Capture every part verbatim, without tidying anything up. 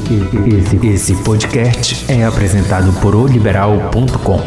Esse, esse podcast é apresentado por o liberal ponto com.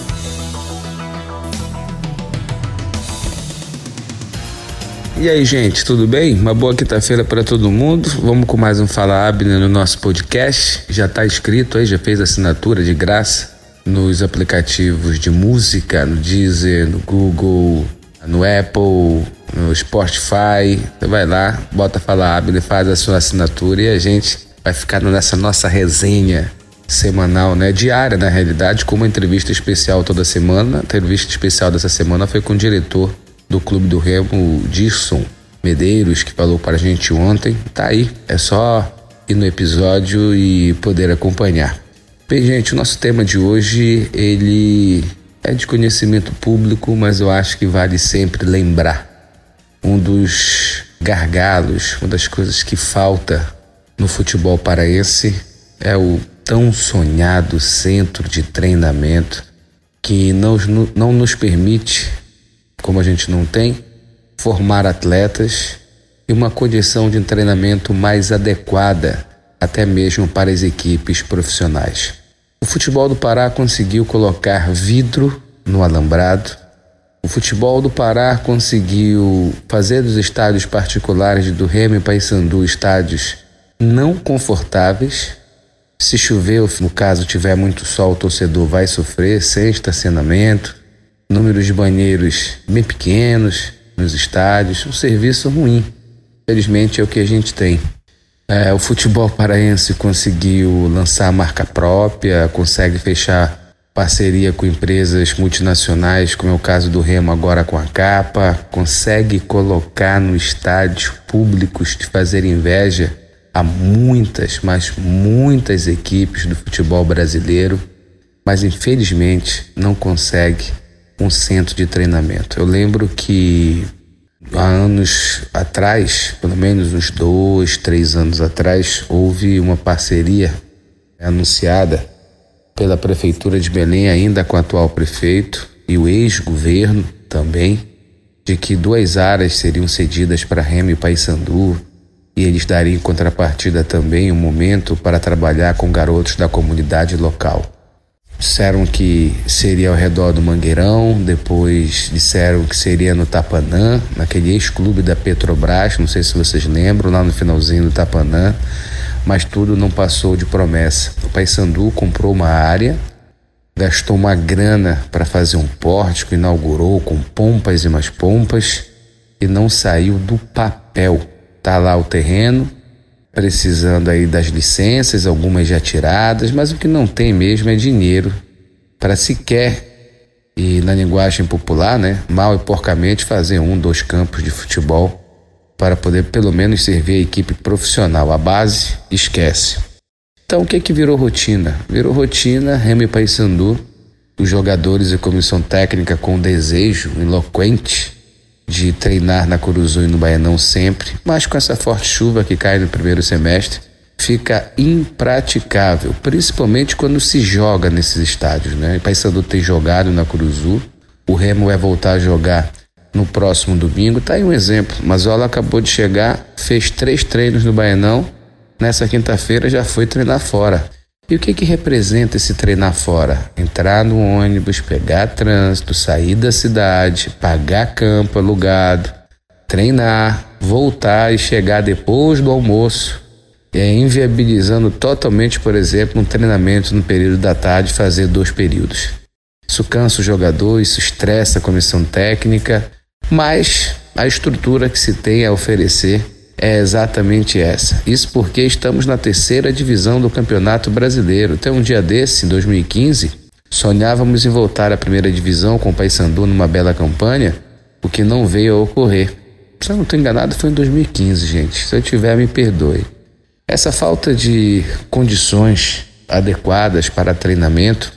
E aí, gente, tudo bem? Uma boa quinta-feira para todo mundo. Vamos com mais um Fala Abner no nosso podcast. Já está inscrito aí, já fez assinatura de graça nos aplicativos de música, no Deezer, no Google, no Apple, no Spotify. Você vai lá, bota Fala Abner, faz a sua assinatura e a gente vai ficar nessa nossa resenha semanal, né? Diária, na realidade, com uma entrevista especial toda semana. A entrevista especial dessa semana foi com o diretor do Clube do Remo, o Dirson Medeiros, que falou para a gente ontem. Tá aí, é só ir no episódio e poder acompanhar. Bem, gente, o nosso tema de hoje, ele é de conhecimento público, mas eu acho que vale sempre lembrar. Um dos gargalos, uma das coisas que falta no futebol paraense é o tão sonhado centro de treinamento que não, não nos permite, como a gente não tem, formar atletas e uma condição de treinamento mais adequada até mesmo para as equipes profissionais. O futebol do Pará conseguiu colocar vidro no alambrado. O futebol do Pará conseguiu fazer dos estádios particulares do Remo e Paysandu estádios não confortáveis. Se chover, no caso tiver muito sol, o torcedor vai sofrer, sem estacionamento, números de banheiros bem pequenos nos estádios, um serviço ruim. Felizmente é o que a gente tem. É, o futebol paraense conseguiu lançar a marca própria, consegue fechar parceria com empresas multinacionais, como é o caso do Remo agora com a Capa, consegue colocar no estádio públicos de fazer inveja a muitas, mas muitas equipes do futebol brasileiro, mas infelizmente não consegue um centro de treinamento. Eu lembro que há anos atrás, pelo menos uns dois, três anos atrás, houve uma parceria anunciada pela Prefeitura de Belém, ainda com o atual prefeito e o ex-governo também, de que duas áreas seriam cedidas para Remo e Paysandu e eles dariam em contrapartida também um momento para trabalhar com garotos da comunidade local. Disseram que seria ao redor do Mangueirão, depois disseram que seria no Tapanã, naquele ex-clube da Petrobras, não sei se vocês lembram, lá no finalzinho do Tapanã, mas tudo não passou de promessa. O Paysandu comprou uma área, gastou uma grana para fazer um pórtico, inaugurou com pompas e mais pompas e não saiu do papel. Tá lá o terreno, precisando aí das licenças, algumas já tiradas, mas o que não tem mesmo é dinheiro para sequer, e na linguagem popular, né, mal e porcamente fazer um, dois campos de futebol para poder pelo menos servir a equipe profissional. A base, esquece. Então o que que virou rotina? Virou rotina, Remo e Paysandu, os jogadores e comissão técnica com desejo eloquente de treinar na Curuzu e no Baianão sempre, mas com essa forte chuva que cai no primeiro semestre, fica impraticável, principalmente quando se joga nesses estádios, né? O Paysandu tem jogado na Curuzu, o Remo vai voltar a jogar no próximo domingo, tá aí um exemplo. Mazola acabou de chegar, fez três treinos no Baianão, nessa quinta-feira já foi treinar fora. E o que que representa esse treinar fora? Entrar no ônibus, pegar trânsito, sair da cidade, pagar campo alugado, treinar, voltar e chegar depois do almoço, é, inviabilizando totalmente, por exemplo, um treinamento no período da tarde, fazer dois períodos. Isso cansa o jogador, isso estressa a comissão técnica, mas a estrutura que se tem a oferecer é exatamente essa. Isso porque estamos na terceira divisão do Campeonato Brasileiro. Até um dia desse, em dois mil e quinze, sonhávamos em voltar à primeira divisão com o Paysandu numa bela campanha, o que não veio a ocorrer. Se eu não estou enganado, foi em dois mil e quinze, gente. Se eu tiver, me perdoe. Essa falta de condições adequadas para treinamento,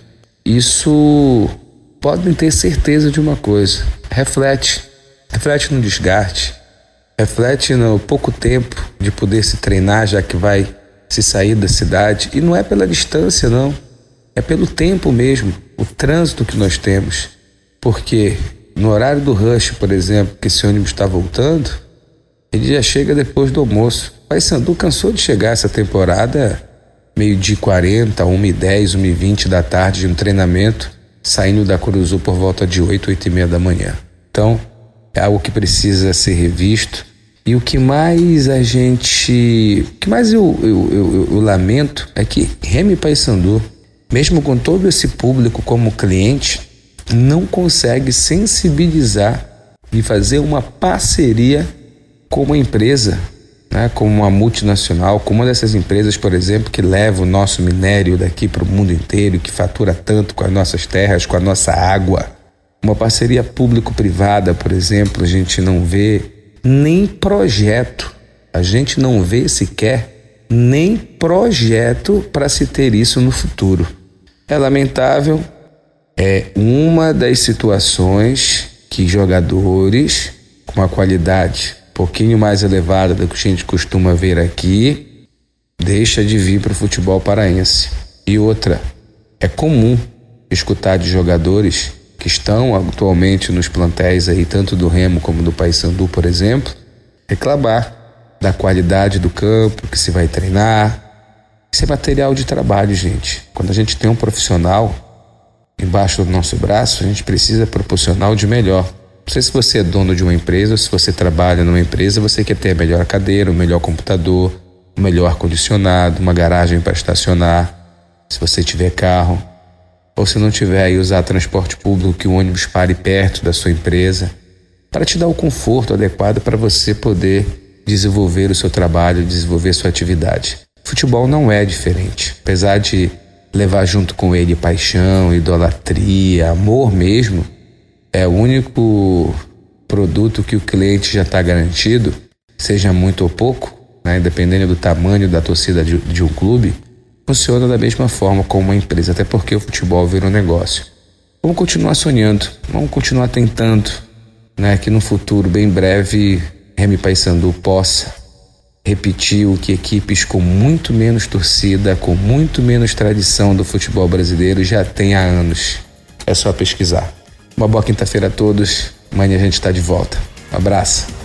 isso podem ter certeza de uma coisa. Reflete. Reflete no desgaste. Reflete no pouco tempo de poder se treinar, já que vai se sair da cidade. E não é pela distância, não. É pelo tempo mesmo, o trânsito que nós temos. Porque no horário do rush, por exemplo, que esse ônibus está voltando, ele já chega depois do almoço. O Paysandu cansou de chegar essa temporada meio-dia e quarenta, uma e dez, uma e vinte da tarde de um treinamento, saindo da Curuzu por volta de oito, oito e meia da manhã. Então, é algo que precisa ser revisto. E o que mais a gente... O que mais eu, eu, eu, eu lamento é que Remo e Paysandu, mesmo com todo esse público como cliente, não consegue sensibilizar e fazer uma parceria com uma empresa, né, como uma multinacional, como uma dessas empresas, por exemplo, que leva o nosso minério daqui para o mundo inteiro, que fatura tanto com as nossas terras, com a nossa água. Uma parceria público-privada, por exemplo, a gente não vê nem projeto, a gente não vê sequer nem projeto para se ter isso no futuro. É lamentável, é uma das situações que jogadores com uma qualidade um pouquinho mais elevada do que a gente costuma ver aqui deixa de vir para o futebol paraense. E outra, é comum escutar de jogadores que estão atualmente nos plantéis aí, tanto do Remo como do Paysandu, por exemplo, reclamar da qualidade do campo que se vai treinar. Isso é material de trabalho, gente. Quando a gente tem um profissional embaixo do nosso braço, a gente precisa proporcionar o de melhor. Não sei se você é dono de uma empresa ou se você trabalha numa empresa, você quer ter a melhor cadeira, o melhor computador, o melhor ar-condicionado, uma garagem para estacionar, se você tiver carro. Ou se não tiver aí, usar transporte público, que o ônibus pare perto da sua empresa, para te dar o conforto adequado para você poder desenvolver o seu trabalho, desenvolver sua atividade. Futebol não é diferente. Apesar de levar junto com ele paixão, idolatria, amor mesmo, é o único produto que o cliente já está garantido, seja muito ou pouco, né, dependendo do tamanho da torcida de, de um clube, funciona da mesma forma como uma empresa, até porque o futebol vira um negócio. Vamos continuar sonhando, vamos continuar tentando, né, que no futuro, bem breve, Remo e Paysandu possa repetir o que equipes com muito menos torcida, com muito menos tradição do futebol brasileiro já tem há anos. É só pesquisar. Uma boa quinta-feira a todos. Amanhã a gente está de volta. Um abraço.